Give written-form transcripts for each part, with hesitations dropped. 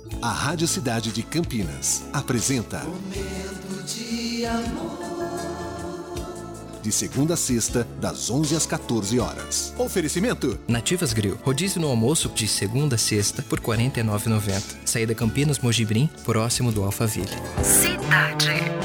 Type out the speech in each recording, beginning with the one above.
A Rádio Cidade de Campinas apresenta Momento de Amor. De segunda a sexta, das 11 às 14 horas. Oferecimento Nativas Grill, rodízio no almoço de segunda a sexta por R$ 49,90. Saída Campinas Mojibrim, próximo do Alphaville. Cidade.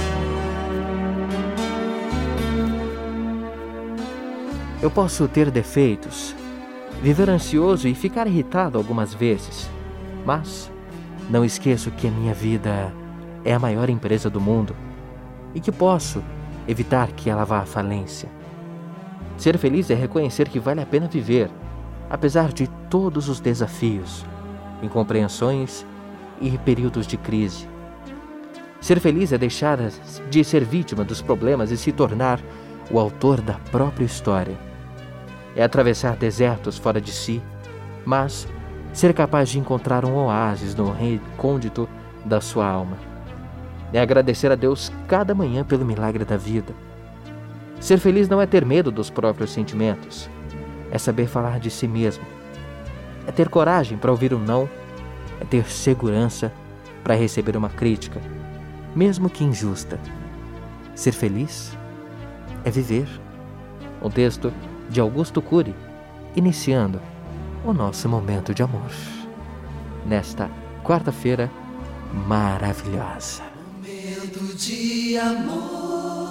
Eu posso ter defeitos, viver ansioso e ficar irritado algumas vezes, mas não esqueço que a minha vida é a maior empresa do mundo e que posso evitar que ela vá à falência. Ser feliz é reconhecer que vale a pena viver, apesar de todos os desafios, incompreensões e períodos de crise. Ser feliz é deixar de ser vítima dos problemas e se tornar o autor da própria história. É atravessar desertos fora de si, mas ser capaz de encontrar um oásis no recôndito da sua alma. É agradecer a Deus cada manhã pelo milagre da vida. Ser feliz não é ter medo dos próprios sentimentos, é saber falar de si mesmo. É ter coragem para ouvir um não, é ter segurança para receber uma crítica, mesmo que injusta. Ser feliz é viver. Um texto de Augusto Cury, iniciando o nosso momento de amor. Nesta quarta-feira maravilhosa. Momento de Amor.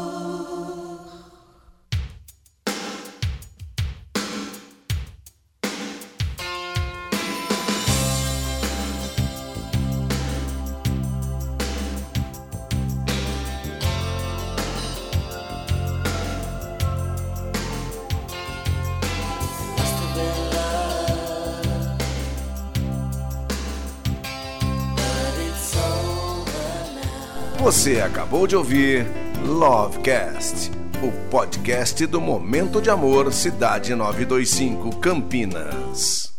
Você acabou de ouvir Lovecast, o podcast do Momento de Amor Cidade 925 Campinas.